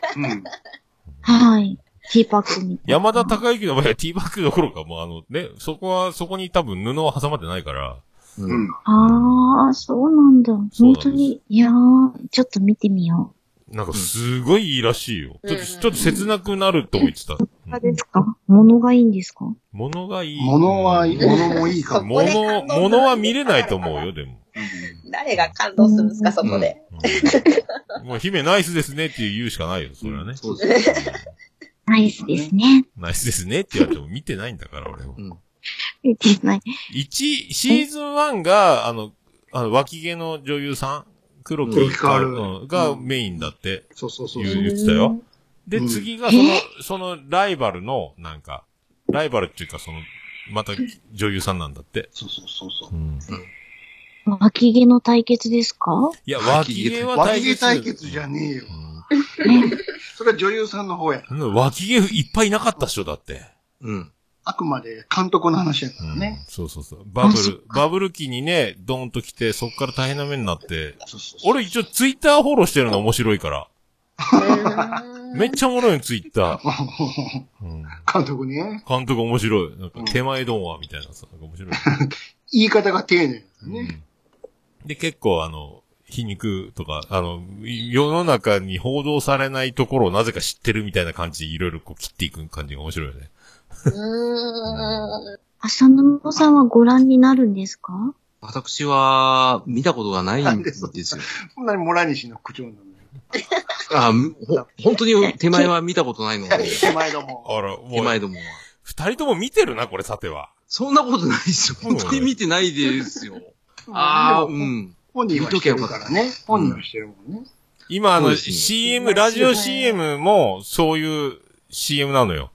はい。ティーパックみたいな。
山田孝之の場合はティーパックどころか、もうそこに多分布は挟まってないから。
そうなんだ。本当に、いやー、ちょっと見てみよ
う。なんかすごいいいらしいよ。ちょっと切なくなると思ってた。
そうですか？物がいいんですか？
物がいい。
物もいいかも。
物は見れないと思うよ、でも。
誰が感動するんですか、そこで。
もう姫ナイスですねって言うしかないよ、それはね。
そうです。
ナイスですね。
ナイスですねって言われても見てないんだから、俺は。
見てない。
シーズン1が、脇毛の女優さん、黒木がメインだって。
そう。
言ってたよ。で、次がそのライバルの、なんか、ライバルっていうかまた女優さんなんだって。
そう。
脇毛の対決ですか？
いや、脇毛は
脇毛対決じゃねえよ。それは女優さんの方や。
脇毛いっぱいいなかったっしょ、だって。
あくまで監督の話やからね。
そう。バブル期にね、ドーンと来て、そっから大変な目になって。俺一応ツイッターフォローしてるの面白いから。めっちゃおもろいの、ツイッター。
監督ね。
監督面白い。なんか手前ドンワみたいなさ、なんか面白い。
言い方が丁寧ですね。
で、結構皮肉とか、世の中に報道されないところをなぜか知ってるみたいな感じでいろいろこう切っていく感じが面白いよね。
浅野さんはご覧になるんですか？
私は見たことがないんですよ。
そんなにモラニシの口調なの
よ。本当に手前は見たことないので。
手前ども。
手前どもは。
二人とも見てるな、これさては。
そんなことないですよ。本当に見てないですよ。
本人はしてるからね。本人はしてるもんね。
今CM、ラジオ CM もそういう CM なのよ。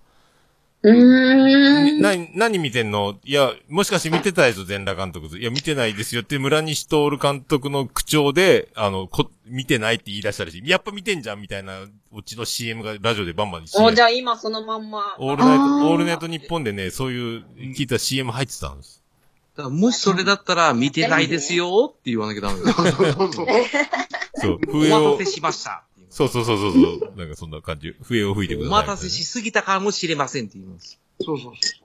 何見てんの？いや、もしかして見てたやつ、全裸監督。いや、見てないですよって村西徹監督の口調で、見てないって言い出したりし、やっぱ見てんじゃんみたいな、うちの CM がラジオでバンバン
じゃあ今そのまんま。
オールナイト日本でね、そういう聞いた CM 入ってたんです。
だからもしそれだったら見てないですよって言わなきゃダメだよ。
そう。
お待たせしました。
そう。なんかそんな感じ。笛を吹いてください。
お待たせしすぎたかもしれませんって言います。
そう。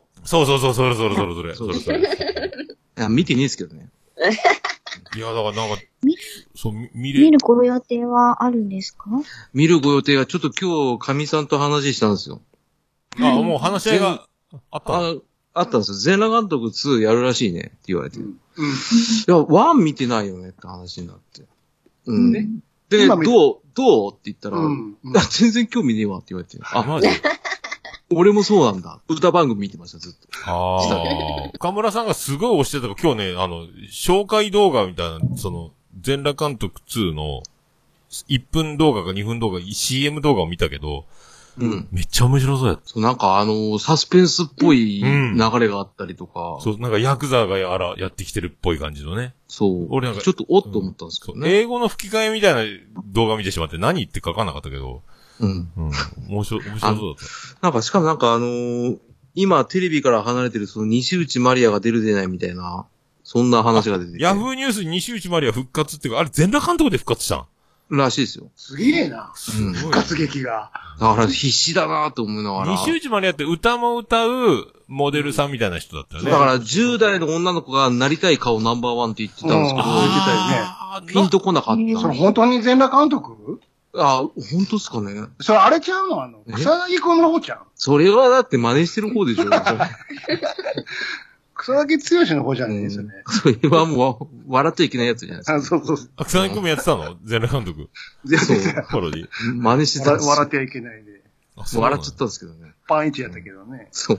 それ。
いや、見てねえですけどね。
いや、だからなんか、そう、見
るご予定はあるんですか？
見るご予定がちょっと今日、神さんと話したんですよ。
もう話し合いがあった
んですよ。全裸監督2やるらしいねって言われて。いや、1見てないよねって話になって。で、どどうって言ったら、全然興味ねえわって言われて。あ、マジ俺もそうなんだ。歌番組見てました、ずっと。
ああ。岡村さんがすごい推してたから、今日ね、紹介動画みたいな、全裸監督2の、1分動画か2分動画、CM 動画を見たけど、めっちゃ面白そうやった。
そう、なんかサスペンスっぽい流れがあったりとか。
そう、なんかヤクザがやってきてるっぽい感じのね。
そう。俺なんか、ちょっとおっと思ったんですけどね。
英語の吹き替えみたいな動画見てしまって何言ってか分かんなかったけど。面白そうだった。
なんか、しかもなんか今テレビから離れてる西内マリアが出る出ないみたいな、そんな話が出てて。
ヤフーニュースに西内マリア復活っていうか、あれ全裸監督で復活したん
らしいですよ。
すげえな。復活劇が。
だから必死だなと思いながら。
西内マリアって歌も歌うモデルさんみたいな人だったよね。
だから10代の女の子がなりたい顔ナンバーワンって言ってたんですけど、言ってたよね。ピンとこなかった。
それ本当に全裸監督？
本当っすかね。
それあれちゃうの草薙くんの方ちゃう？
それはだって真似してる方でしょ。
草薙剛の方じゃねえですよね。
それはもう、笑っちゃいけないやつじゃないですか。
そう。
草薙くんもやってたの全裸監督。
そう。
パロディ。
真似してたんですよ。
笑ってはいけないで。
笑っちゃったんですけどね。
パンイチやったけどね。
そう。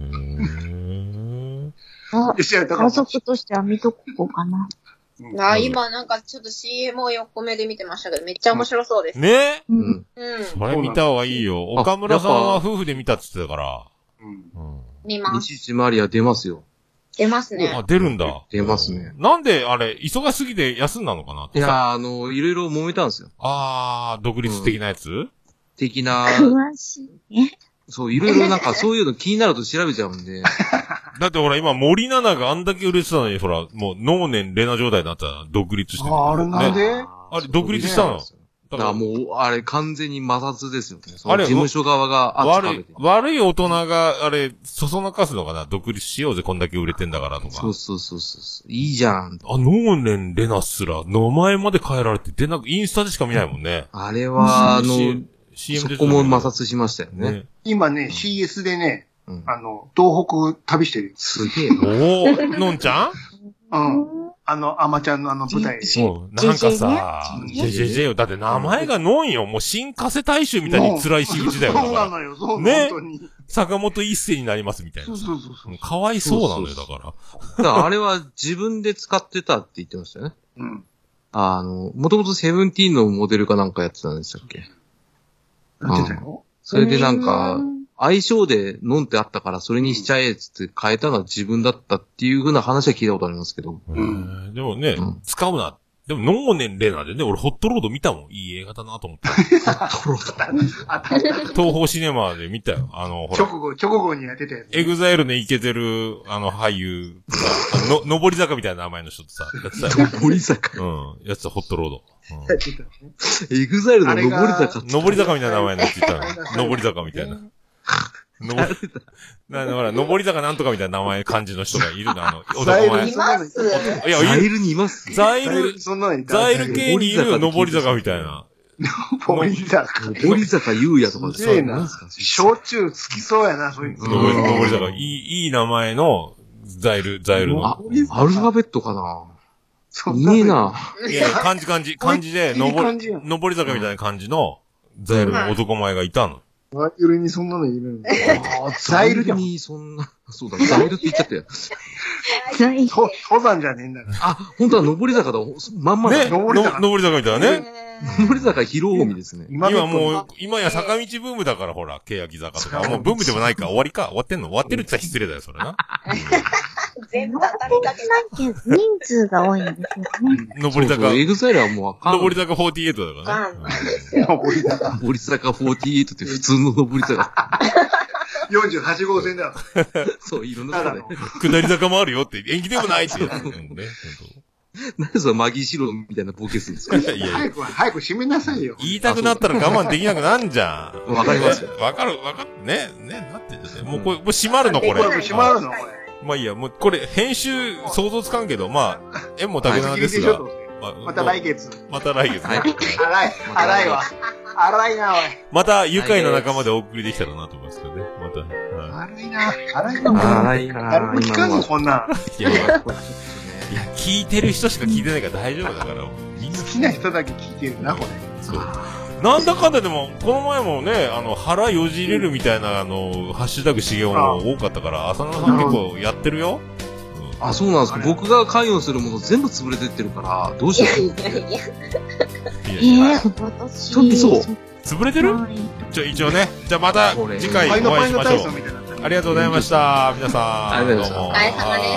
家族としては見とこうかな。
今なんかちょっと CM を横目で見てましたけど、めっちゃ面白そうです。
ねそれ見た方がいいよ。岡村さんは夫婦で見たって言ってたから。
見ます。
西内マリア出ますよ。
出ますね。
あ、出るんだ。
出ますね。
なんで、あれ、忙しすぎて休んだのかな。
いや、いろいろ揉めたんですよ。
独立的なやつ
的な。
詳しいね。
そう、いろいろなんかそういうの気になると調べちゃうんで。
だってほら、今、森七菜があんだけ売れてたのに、ほら、もう、能年レナ状態になったら、独立してる。
あれなんで
あれ、独立したの
だからもう、あれ完全に摩擦ですよね。その事務所側が
悪い大人が、あれ、そそのかすのかな独立しようぜ、こんだけ売れてんだからとか。
そう。いいじゃん。
能年レナすら、名前まで変えられて、インスタでしか見ないもんね。
あれは、
CM
そこも摩擦しましたよね。
今ね、CS でね、東北旅してるよ。
すげえな。
のんちゃん
アマちゃんの舞台で。
そう。なんかさ、JJJ よ。だって名前がのんよ。もう新加瀬大衆みたいに辛い仕口だよ。
そうなのよ、そう
ね。
本当に。
坂本一世になりますみたいな。
そう。
かわいそうなのよ、だから。
だからあれは自分で使ってたって言ってましたよね。もともとセブンティーンのモデルかなんかやってたんでしたっけ？
やってたよ。
それでなんか、相性でノンってあったからそれにしちゃえっつって変えたのは自分だったっていう風な話は聞いたことありますけど。
でもね、使うな。でも、能年レナでね、俺ホットロード見たもん。いい映画だなと思って。
ホットロー
ド東宝シネマで見たよ。
直後にやってたやつ。
エグザイルのイケてる、俳優が、上り坂みたいな名前の人とさ、やってたよ。
上り坂
やってた、ホットロード。
エグザイルの上り坂
上り坂みたいな名前のやつ言ったの。上り坂みたいな。ほら、上り坂なんとかみたいな名前、漢字の人がいるの、
ザイル
います。
いや、
ザイルにいます。
ザイル系にいる上り坂みたいな。
上り
坂優也とか
すげえな。焼酎好きそうやな、そいつ。
上り坂。いい名前の、ザイルの。
アルファベットかないねえな。
いや、漢字で、上り坂みたいな感じの、ザイルの男前がいたの。
ザイルにそんなのいるんだ。
ザイルにそんな、そうだ、ザイルって言っちゃったよ。
登山じゃねえんだから。
本当は上り坂だ。まんまだ。
ね、上り坂みたいなね。
上り坂広尾ですね。
今や坂道ブームだからほら、欅坂とか。もうブームでもないか、終わりか。終わってんの終わってるって言ったら失礼だよ、それな。
全部当たりだけ
人数が多いんですよね。
上り坂。
エグザイルはもうあかん。
上り坂48だからね。
上り坂48って普通の上り坂。
48号線だ。
そう、いろんなとこ
で。下り坂もあるよって、縁起でもないって言うね。
なんでそのマギーシロみたいなボケするんですか？
早く締めなさいよ。
言いたくなったら我慢できなくなんじゃん。
わかりますよ。
わかる。ね、なってんだね。もう閉まるのこれ。
閉まるのこれ。
まあいいや、もうこれ編集想像つかんけど、まあ、縁も竹縄ですが。
また来月。
また来月ね。
荒いわ。荒いな、おい。
また愉快な仲間でお送りできたらなと思いますけどね。また。
荒いな。誰も聞かんの、こんなん。
いや、聞いてる人しか聞いてないから大丈夫だから。
好きな人だけ聞いてるな、これ。
そう。 なんだかんだでも、この前もね、腹よじれるみたいな、ハッシュタグしげおも多かったから、浅野さん結構やってるよ。
あ、そうなんですか。僕が関与するもの全部潰れてってるから、どうしよう。
私。
そう。
潰れてる？一応ね。じゃあまた次回お会いしましょう。ありがとうございました。皆さん。
ありがとうございました。
お疲れ様で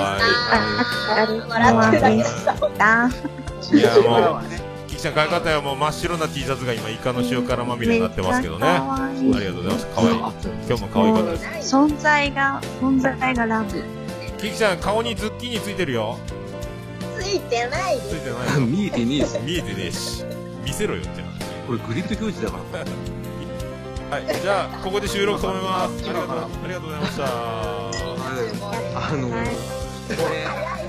した。
いや、もう、キキちゃん可愛かったよ。もう真っ白な T シャツが今、イカの塩辛まみれになってますけどね。ありがとうございます。可愛い。今日も可愛かったです。
存在がラブ。
キキちゃん、顔にズッキーニついてるよ。
ついてないです。
ついてない。
見えてねえし。
見えてねえし。見せろよってな。
これグリッド教授だから。
はい、じゃあ、ここで収録止めます。ありがとうございました。
これ、